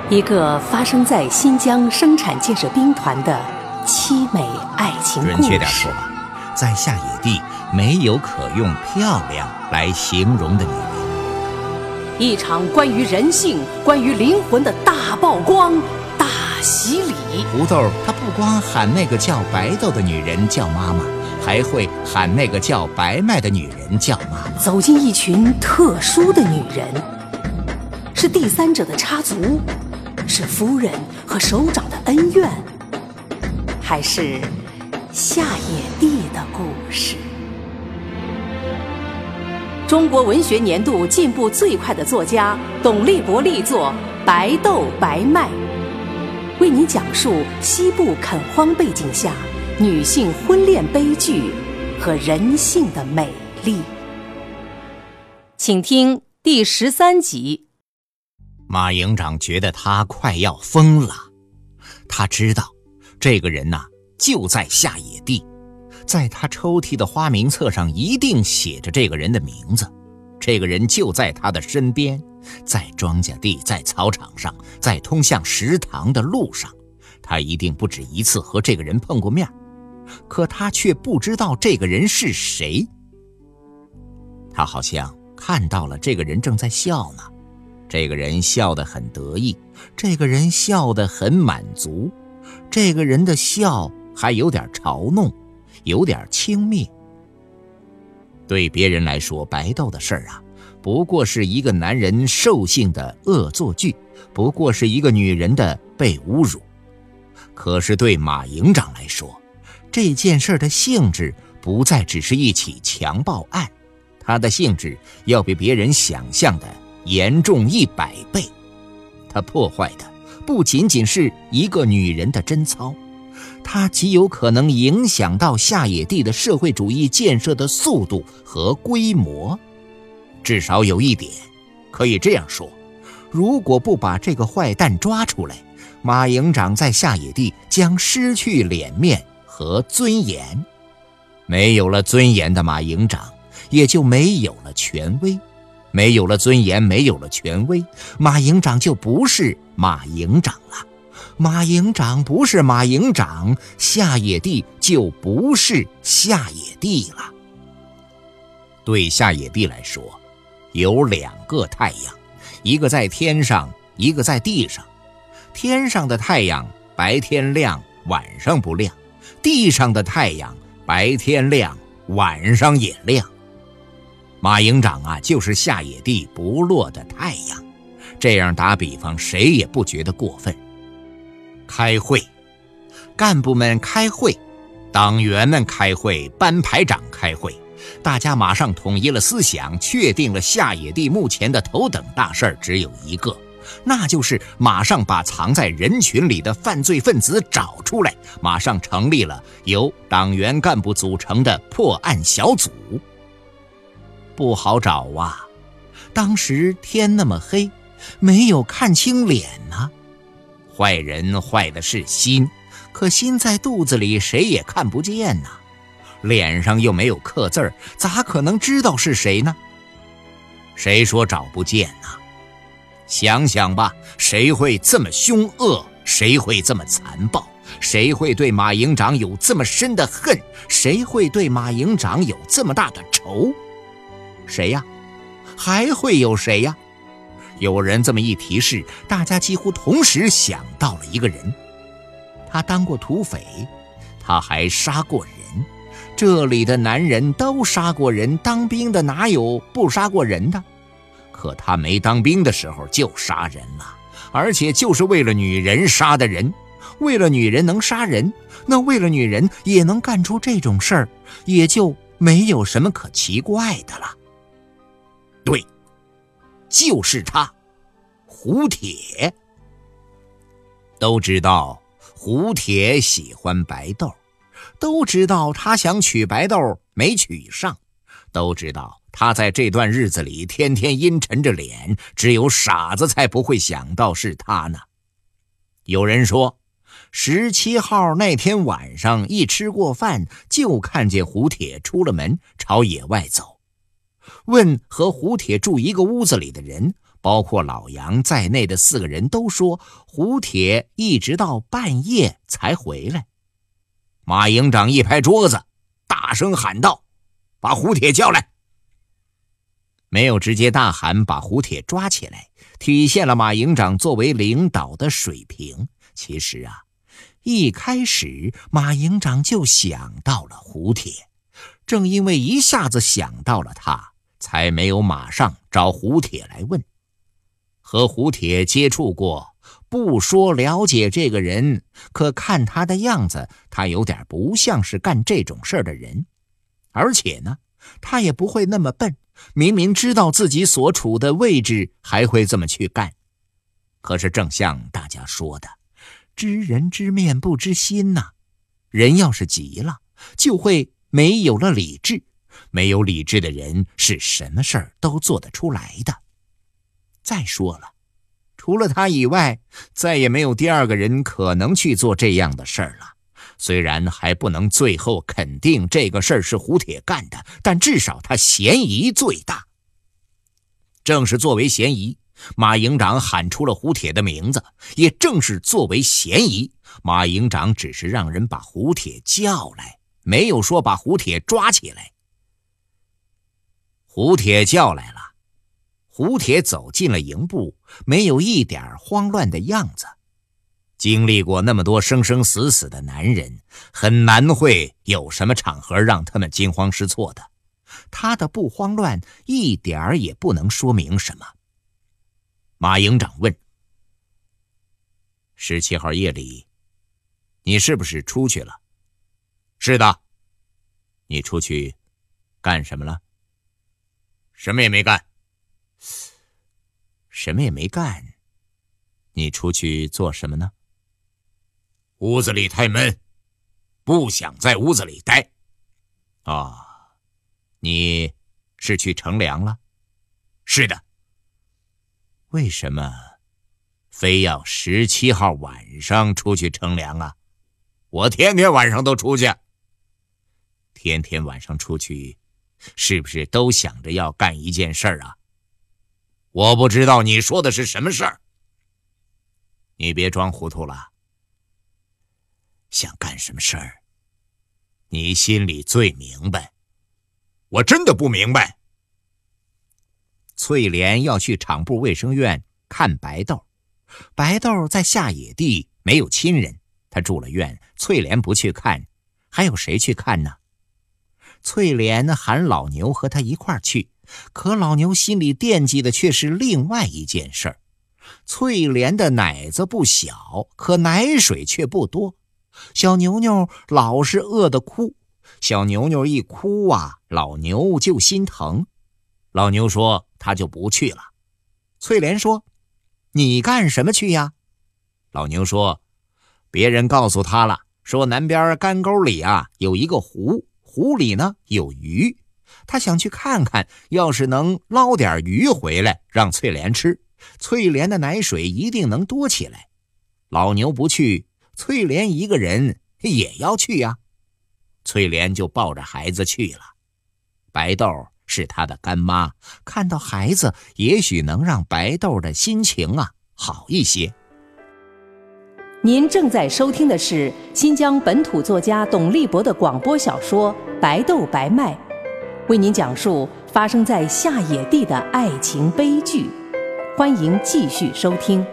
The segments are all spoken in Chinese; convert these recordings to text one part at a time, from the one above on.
一个发生在新疆生产建设兵团的凄美爱情故事。 准确点说，在下野地没有可用漂亮来形容的女人。 一场关于人性、关于灵魂的大曝光、大洗礼。 胡豆他不光喊那个叫白豆的女人叫妈妈，还会喊那个叫白麦的女人叫妈妈。 走进一群特殊的女人，是第三者的插足，是夫人和首长的恩怨，还是下野地的故事？中国文学年度进步最快的作家董立国力作《白豆白麦》，为你讲述西部垦荒背景下女性婚恋悲剧和人性的美丽。请听第13集。 马营长觉得他快要疯了，他知道这个人呐，就在下野地，在他抽屉的花名册上一定写着这个人的名字，这个人就在他的身边，在庄稼地，在操场上，在通向食堂的路上，他一定不止一次和这个人碰过面，可他却不知道这个人是谁。他好像看到了这个人正在笑呢，这个人笑得很得意，这个人笑得很满足，这个人的笑还有点嘲弄，有点轻蔑。对别人来说，白豆的事儿啊，不过是一个男人兽性的恶作剧，不过是一个女人的被侮辱。可是对马营长来说，这件事的性质不再只是一起强暴案，它的性质要比别人想象的严重100倍。它破坏的不仅仅是一个女人的贞操，它极有可能影响到下野地的社会主义建设的速度和规模。至少有一点可以这样说，如果不把这个坏蛋抓出来，马营长在下野地将失去脸面和尊严。没有了尊严的马营长，也就没有了权威。没有了尊严，没有了权威，马营长就不是马营长了。马营长不是马营长，下野地就不是下野地了。对下野地来说，有2个太阳，一个在天上，一个在地上。天上的太阳白天亮，晚上不亮；地上的太阳白天亮，晚上也亮。马营长啊，就是下野地不落的太阳。这样打比方，谁也不觉得过分。开会，干部们开会，党员们开会，班排长开会，大家马上统一了思想，确定了下野地目前的头等大事只有一个，那就是马上把藏在人群里的犯罪分子找出来，马上成立了由党员干部组成的破案小组。不好找啊，当时天那么黑，没有看清脸啊。坏人坏的是心，可心在肚子里谁也看不见啊，脸上又没有刻字，咋可能知道是谁呢？谁说找不见呢？想想吧，谁会这么凶恶？谁会这么残暴？谁会对马营长有这么深的恨？谁会对马营长有这么大的仇？谁呀？还会有谁呀？有人这么一提示，大家几乎同时想到了一个人。他当过土匪，他还杀过人。这里的男人都杀过人，当兵的哪有不杀过人的？可他没当兵的时候就杀人了，而且就是为了女人杀的人。为了女人能杀人，那为了女人也能干出这种事儿，也就没有什么可奇怪的了。对，就是他，胡铁。都知道胡铁喜欢白豆，都知道他想娶白豆没娶上，都知道他在这段日子里天天阴沉着脸，只有傻子才不会想到是他呢。有人说17号那天晚上一吃过饭，就看见胡铁出了门朝野外走。问和胡铁住一个屋子里的人， 包括老杨在内的4个人都说胡铁一直到半夜才回来。马营长一拍桌子，大声喊道：“把胡铁叫来！”没有直接大喊把胡铁抓起来，体现了马营长作为领导的水平。其实啊，一开始马营长就想到了胡铁，正因为一下子想到了他，才没有马上找胡铁来问。和胡铁接触过，不说了解这个人，可看他的样子，他有点不像是干这种事儿的人。而且呢，他也不会那么笨，明明知道自己所处的位置，还会这么去干。可是正像大家说的，知人知面不知心呐，人要是急了，就会没有了理智。没有理智的人是什么事儿都做得出来的。再说了，除了他以外，再也没有第2个人可能去做这样的事儿了。虽然还不能最后肯定这个事儿是胡铁干的，但至少他嫌疑最大。正是作为嫌疑，马营长喊出了胡铁的名字，也正是作为嫌疑，马营长只是让人把胡铁叫来，没有说把胡铁抓起来。胡铁叫来了，胡铁走进了营部，没有一点慌乱的样子。经历过那么多生生死死的男人，很难会有什么场合让他们惊慌失措的。他的不慌乱一点儿也不能说明什么。马营长问：“17号夜里，你是不是出去了？”“是的。”“你出去干什么了？”“什么也没干。”“什么也没干？你出去做什么呢？”“屋子里太闷，不想在屋子里待。”“哦，你是去乘凉了？”“是的。”“为什么非要17号晚上出去乘凉啊？”“我天天晚上都出去。”“天天晚上出去，是不是都想着要干一件事儿啊？”“我不知道你说的是什么事儿。”“你别装糊涂了。想干什么事儿，你心里最明白。”“我真的不明白。”翠莲要去厂部卫生院看白豆，白豆在下野地没有亲人，他住了院，翠莲不去看，还有谁去看呢？翠莲喊老牛和他一块儿去，可老牛心里惦记的却是另外一件事儿。翠莲的奶子不小，可奶水却不多，小牛牛老是饿得哭，小牛牛一哭啊，老牛就心疼。老牛说他就不去了。翠莲说：“你干什么去呀？”老牛说：“别人告诉他了，说南边干沟里啊有一个湖，湖里呢有鱼，他想去看看，要是能捞点鱼回来让翠莲吃，翠莲的奶水一定能多起来。老牛不去，翠莲一个人也要去呀。”翠莲就抱着孩子去了。白豆是他的干妈，看到孩子也许能让白豆的心情啊好一些。 您正在收听的是新疆本土作家董立博的广播小说《白豆白麦》，为您讲述发生在下野地的爱情悲剧。欢迎继续收听。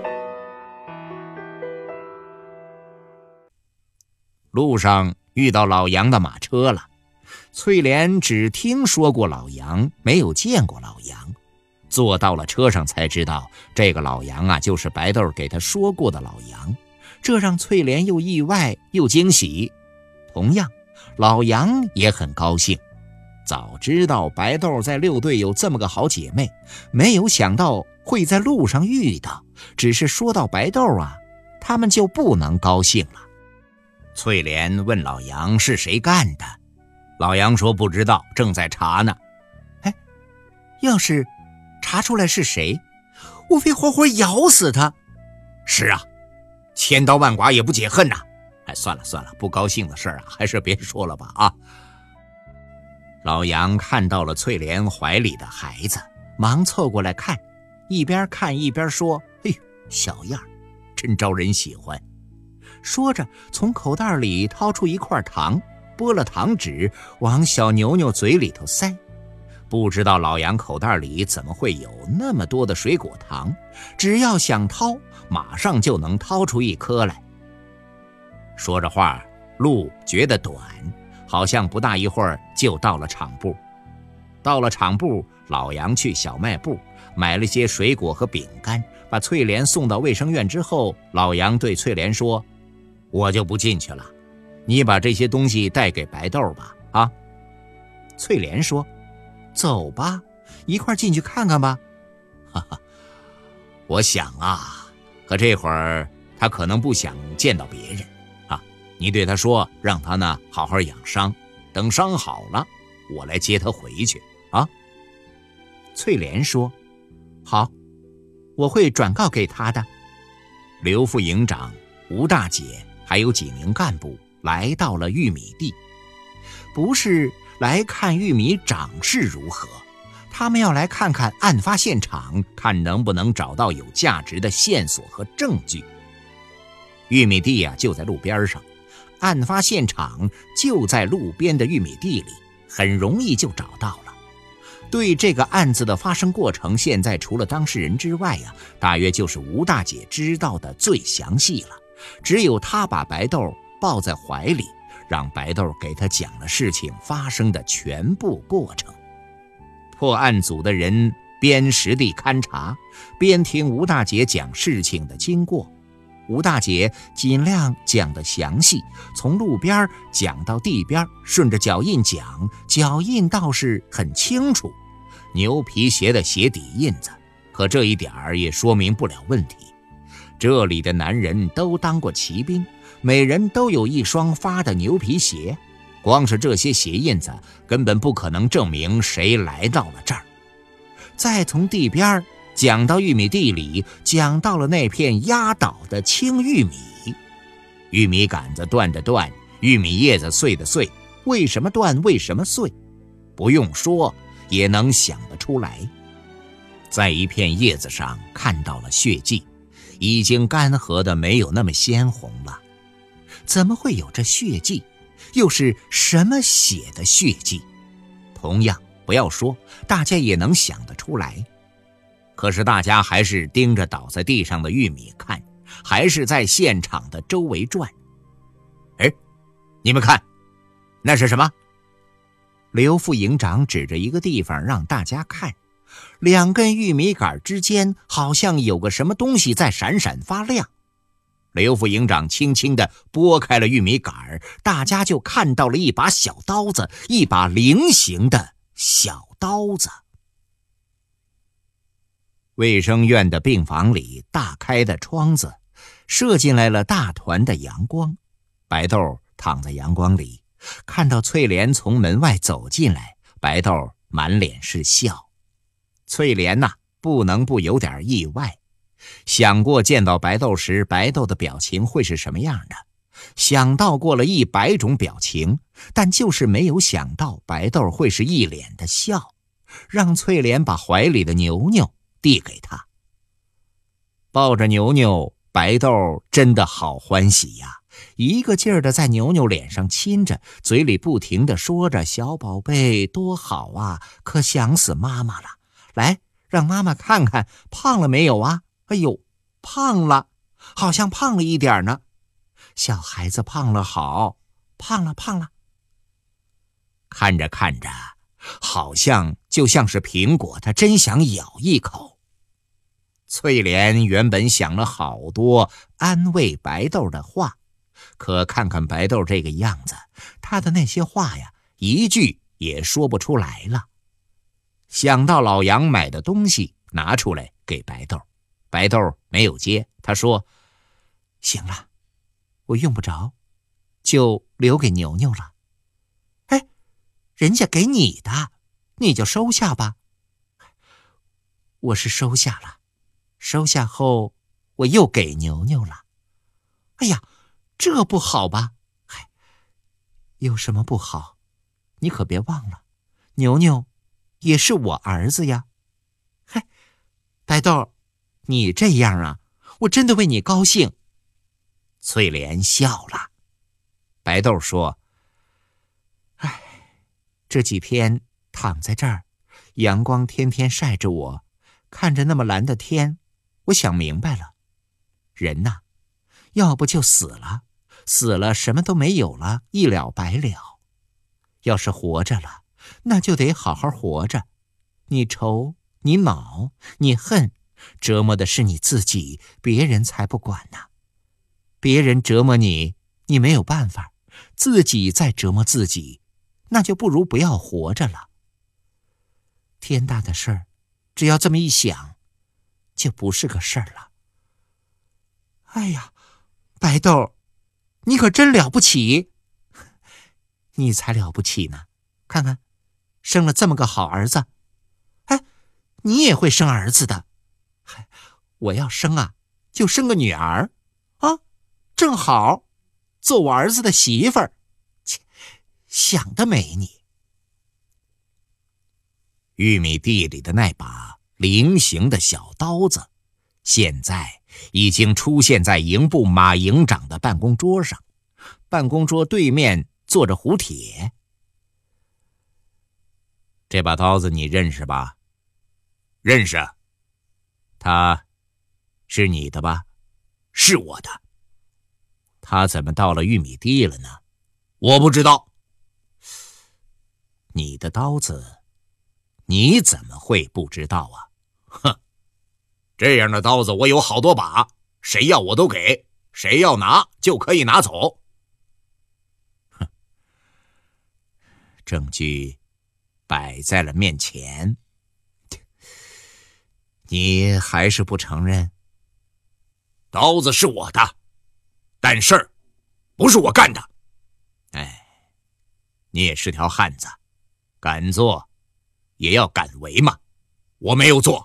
路上遇到老杨的马车了，翠莲只听说过老杨，没有见过老杨。坐到了车上才知道，这个老杨啊，就是白豆给他说过的老杨。这让翠莲又意外又惊喜。同样，老杨也很高兴。早知道白豆在6队有这么个好姐妹，没有想到会在路上遇到。只是说到白豆啊，他们就不能高兴了。翠莲问老杨是谁干的，老杨说不知道，正在查呢。要是查出来是谁，无非活活咬死他。是啊，千刀万剐也不解恨呐。算了算了，不高兴的事啊，还是别说了吧啊。老杨看到了翠莲怀里的孩子，忙凑过来看， 一边看一边说：“哎呦，小样儿，真招人喜欢。”说着，从口袋里掏出一块糖，剥了糖纸，往小牛牛嘴里头塞。不知道老杨口袋里怎么会有那么多的水果糖，只要想掏，马上就能掏出一颗来。说着话，路觉得短，好像不大一会儿就到了厂部。到了厂部，老杨去小卖部买了些水果和饼干，把翠莲送到卫生院之后，老杨对翠莲说：“我就不进去了，你把这些东西带给白豆吧。”啊，翠莲说：“走吧，一块进去看看吧。”哈哈，我想啊，可这会儿他可能不想见到别人啊。你对他说，让他呢好好养伤，等伤好了，我来接他回去啊。翠莲说：“好，我会转告给他的。”刘副营长、吴大姐还有几名干部来到了玉米地，不是来看玉米长势如何，他们要来看看案发现场，看能不能找到有价值的线索和证据。玉米地啊，就在路边上，案发现场就在路边的玉米地里，很容易就找到了。对这个案子的发生过程，现在除了当事人之外啊，大约就是吴大姐知道的最详细了。只有她把白豆抱在怀里，让白豆给她讲了事情发生的全部过程。破案组的人边实地勘察，边听吴大姐讲事情的经过。吴大姐尽量讲得详细，从路边讲到地边，顺着脚印讲，脚印倒是很清楚，牛皮鞋的鞋底印子，可这一点也说明不了问题。这里的男人都当过骑兵，每人都有一双发的牛皮鞋，光是这些鞋印子根本不可能证明谁来到了这儿。再从地边讲到玉米地里，讲到了那片压倒的青玉米。玉米杆子断的断，玉米叶子碎的碎，为什么断，为什么碎，不用说也能想得出来。在一片叶子上看到了血迹，已经干涸的没有那么鲜红了。怎么会有这血迹？又是什么血的血迹？同样不要说，大家也能想得出来。可是大家还是盯着倒在地上的玉米看，还是在现场的周围转。哎，你们看，那是什么？刘副营长指着一个地方让大家看，两根玉米杆之间好像有个什么东西在闪闪发亮。刘副营长轻轻地拨开了玉米杆，大家就看到了一把小刀子，一把菱形的小刀子。卫生院的病房里大开的窗子射进来了大团的阳光，白豆躺在阳光里，看到翠莲从门外走进来，白豆满脸是笑。翠莲呐，不能不有点意外，想过见到白豆时白豆的表情会是什么样的，想到过了100种表情，但就是没有想到白豆会是一脸的笑，让翠莲把怀里的牛牛递给他。抱着牛牛，白豆真的好欢喜呀，一个劲儿的在牛牛脸上亲着，嘴里不停地说着：“小宝贝多好啊，可想死妈妈了，来让妈妈看看胖了没有啊？哎呦，胖了，好像胖了一点呢，小孩子胖了好，胖了胖了。”看着看着，好像就像是苹果，他真想咬一口。翠莲原本想了好多安慰白豆的话，可看看白豆这个样子，他的那些话呀，一句也说不出来了。想到老杨买的东西，拿出来给白豆，白豆没有接，他说：“行了，我用不着，就留给牛牛了。”哎，人家给你的，你就收下吧。我是收下了，收下后我又给牛牛了。哎呀，这不好吧？嗨，有什么不好？你可别忘了，牛牛也是我儿子呀。嗨，白白豆，你这样啊，我真的为你高兴。 翠莲笑了。白豆说： 哎，这几天躺在这儿，阳光天天晒着我，看着那么蓝的天，我想明白了，人呐，要不就死了，死了什么都没有了，一了百了。要是活着了，那就得好好活着。你愁，你恼，你恨，折磨的是你自己，别人才不管呢。别人折磨你，你没有办法，自己在折磨自己，那就不如不要活着了。天大的事儿，只要这么一想，就不是个事儿了。哎呀，白豆，你可真了不起！你才了不起呢，看看，生了这么个好儿子。哎，你也会生儿子的。我要生啊，就生个女儿啊，正好做我儿子的媳妇儿。切，想得美你！ 玉米地里的那把菱形的小刀子，现在已经出现在营部马营长的办公桌上。办公桌对面坐着胡铁。这把刀子你认识吧？ 认识。 它是你的吧？ 是我的。 它怎么到了玉米地了呢？ 我不知道。 你的刀子，你怎么会不知道啊？ 哼，这样的刀子我有好多把，谁要我都给，谁要拿就可以拿走。 哼，证据摆在了面前，你还是不承认？ 刀子是我的，但事儿不是我干的。 哎，你也是条汉子，敢做也要敢为嘛。 我没有做。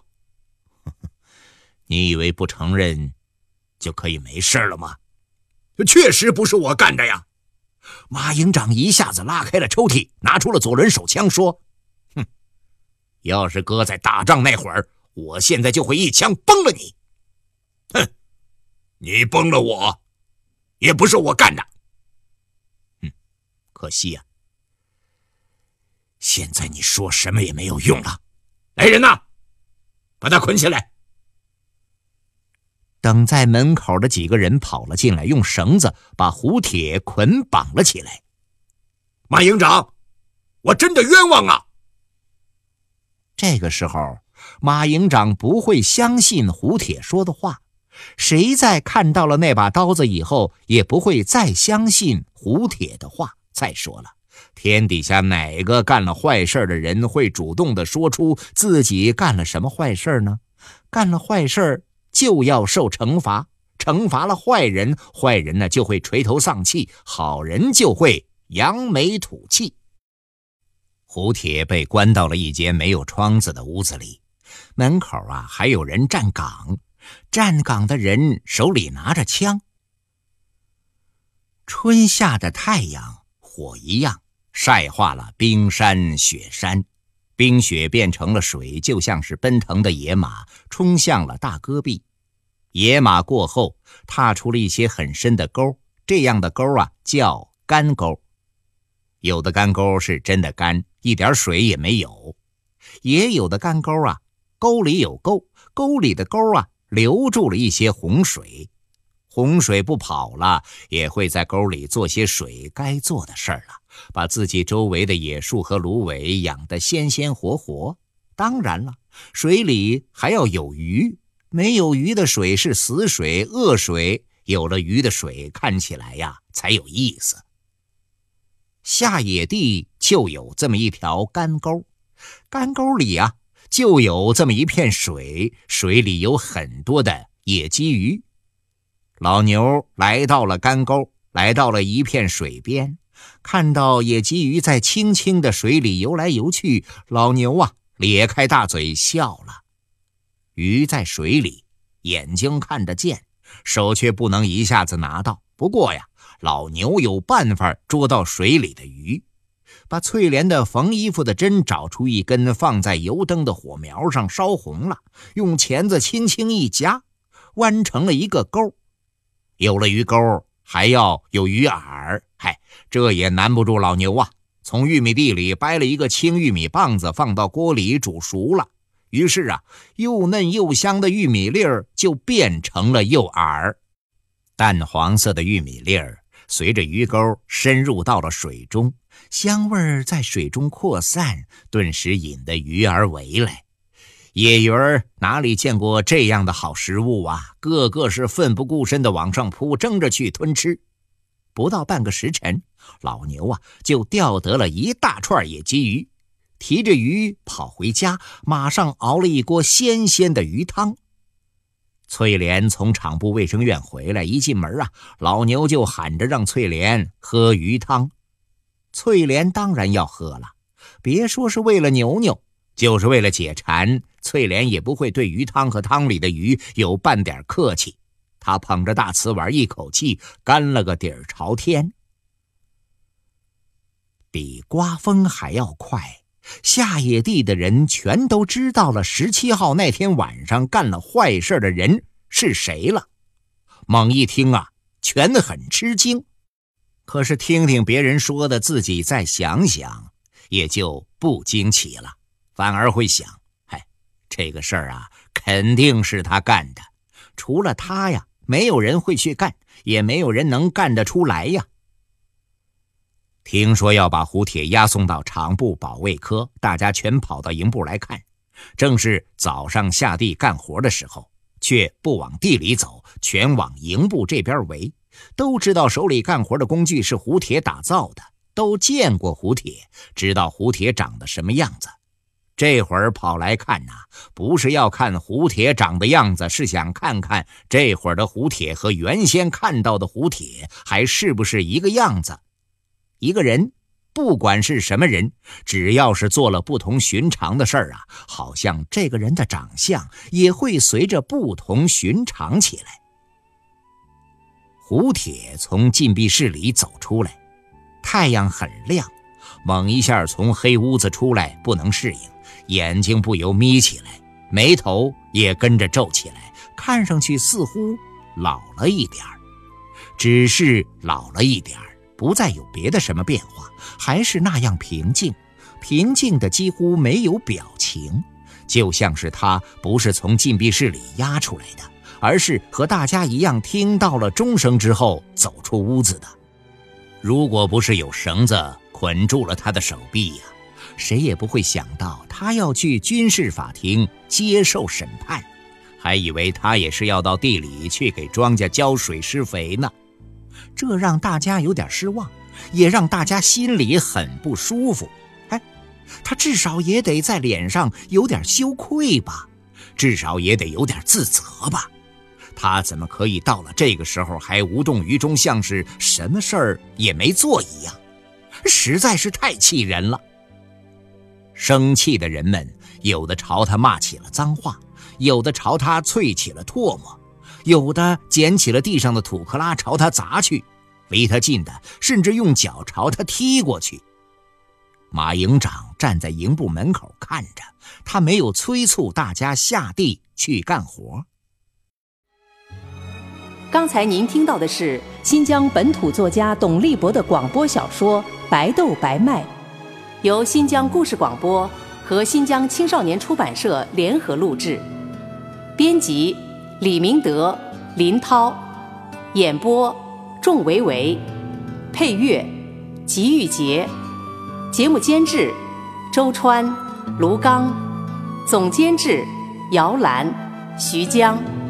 你以为不承认就可以没事了吗？ 确实不是我干的呀。 马营长一下子拉开了抽屉，拿出了左轮手枪，说： 哼，要是搁在打仗那会儿，我现在就会一枪崩了你。哼，你崩了我，也不是我干的。 可惜呀， 现在你说什么也没有用了。来人呐，把他捆起来。 等在门口的几个人跑了进来，用绳子把胡铁捆绑了起来。 马营长，我真的冤枉啊！ 这个时候，马营长不会相信胡铁说的话，谁在看到了那把刀子以后，也不会再相信胡铁的话。再说了，天底下哪个干了坏事的人会主动地说出自己干了什么坏事呢？干了坏事就要受惩罚，惩罚了坏人，坏人呢就会垂头丧气，好人就会扬眉吐气。胡铁被关到了一间没有窗子的屋子里，门口啊还有人站岗，站岗的人手里拿着枪。春夏的太阳火一样晒化了冰山雪山，冰雪变成了水，就像是奔腾的野马冲向了大戈壁。野马过后踏出了一些很深的沟，这样的沟啊叫干沟。有的干沟是真的干，一点水也没有，也有的干沟啊，沟里有沟，沟里的沟啊留住了一些洪水，洪水不跑了，也会在沟里做些水该做的事儿了，把自己周围的野树和芦苇养得鲜鲜活活。当然了，水里还要有鱼，没有鱼的水是死水、恶水，有了鱼的水看起来呀才有意思。下野地就有这么一条干沟，干沟里啊就有这么一片水，水里有很多的野鲫鱼。老牛来到了干沟，来到了一片水边，看到野鲫鱼在清清的水里游来游去，老牛啊咧开大嘴笑了。鱼在水里，眼睛看得见，手却不能一下子拿到。不过呀，老牛有办法捉到水里的鱼。 把翠莲的缝衣服的针找出一根，放在油灯的火苗上烧红了，用钳子轻轻一夹，弯成了一个钩。有了鱼钩，还要有鱼饵，这也难不住老牛啊。从玉米地里掰了一个青玉米棒子，放到锅里煮熟了，于是又嫩又香的玉米粒儿就变成了诱饵。淡黄色的玉米粒儿随着鱼钩深入到了水中，香味儿在水中扩散，顿时引得鱼儿围来。野鱼儿哪里见过这样的好食物啊，个个是奋不顾身地往上扑，争着去吞吃。不到半个时辰，老牛就钓得了一大串野鲫鱼，提着鱼跑回家，马上熬了一锅鲜鲜的鱼汤。翠莲从厂部卫生院回来，一进门老牛就喊着让翠莲喝鱼汤。翠莲当然要喝了，别说是为了牛牛，就是为了解馋，翠莲也不会对鱼汤和汤里的鱼有半点客气。她捧着大瓷碗，一口气干了个底儿朝天。比刮风还要快，下野地的人全都知道了17号那天晚上干了坏事的人是谁了。猛一听全很吃惊，可是听听别人说的，自己再想想，也就不惊奇了，反而会想，这个事儿肯定是他干的，除了他没有人会去干，也没有人能干得出来呀。听说要把胡铁押送到厂部保卫科，大家全跑到营部来看。正是早上下地干活的时候，却不往地里走，全往营部这边围。都知道手里干活的工具是胡铁打造的，都见过胡铁，知道胡铁长得什么样子。这会儿跑来看不是要看胡铁长的样子，是想看看这会儿的胡铁和原先看到的胡铁还是不是一个样子。一个人不管是什么人，只要是做了不同寻常的事儿好像这个人的长相也会随着不同寻常起来。胡铁从禁闭室里走出来，太阳很亮，猛一下从黑屋子出来，不能适应，眼睛不由眯起来，眉头也跟着皱起来，看上去似乎老了一点儿。只是老了一点儿，不再有别的什么变化，还是那样平静，平静的几乎没有表情，就像是他不是从禁闭室里押出来的，而是和大家一样听到了钟声之后走出屋子的。如果不是有绳子捆住了他的手臂谁也不会想到他要去军事法庭接受审判，还以为他也是要到地里去给庄稼浇水施肥呢。这让大家有点失望，也让大家心里很不舒服。他至少也得在脸上有点羞愧吧，至少也得有点自责吧。他怎么可以到了这个时候还无动于衷，像是什么事儿也没做一样，实在是太气人了。生气的人们有的朝他骂起了脏话，有的朝他啐起了唾沫，有的捡起了地上的土克拉朝他砸去，离他近的甚至用脚朝他踢过去。马营长站在营部门口看着，他没有催促大家下地去干活。 刚才您听到的是新疆本土作家董立博的广播小说《白豆白麦》，由新疆故事广播和新疆青少年出版社联合录制，编辑李明德、林涛，演播仲维维，配乐吉玉杰，节目监制周川、卢刚，总监制姚兰、徐江。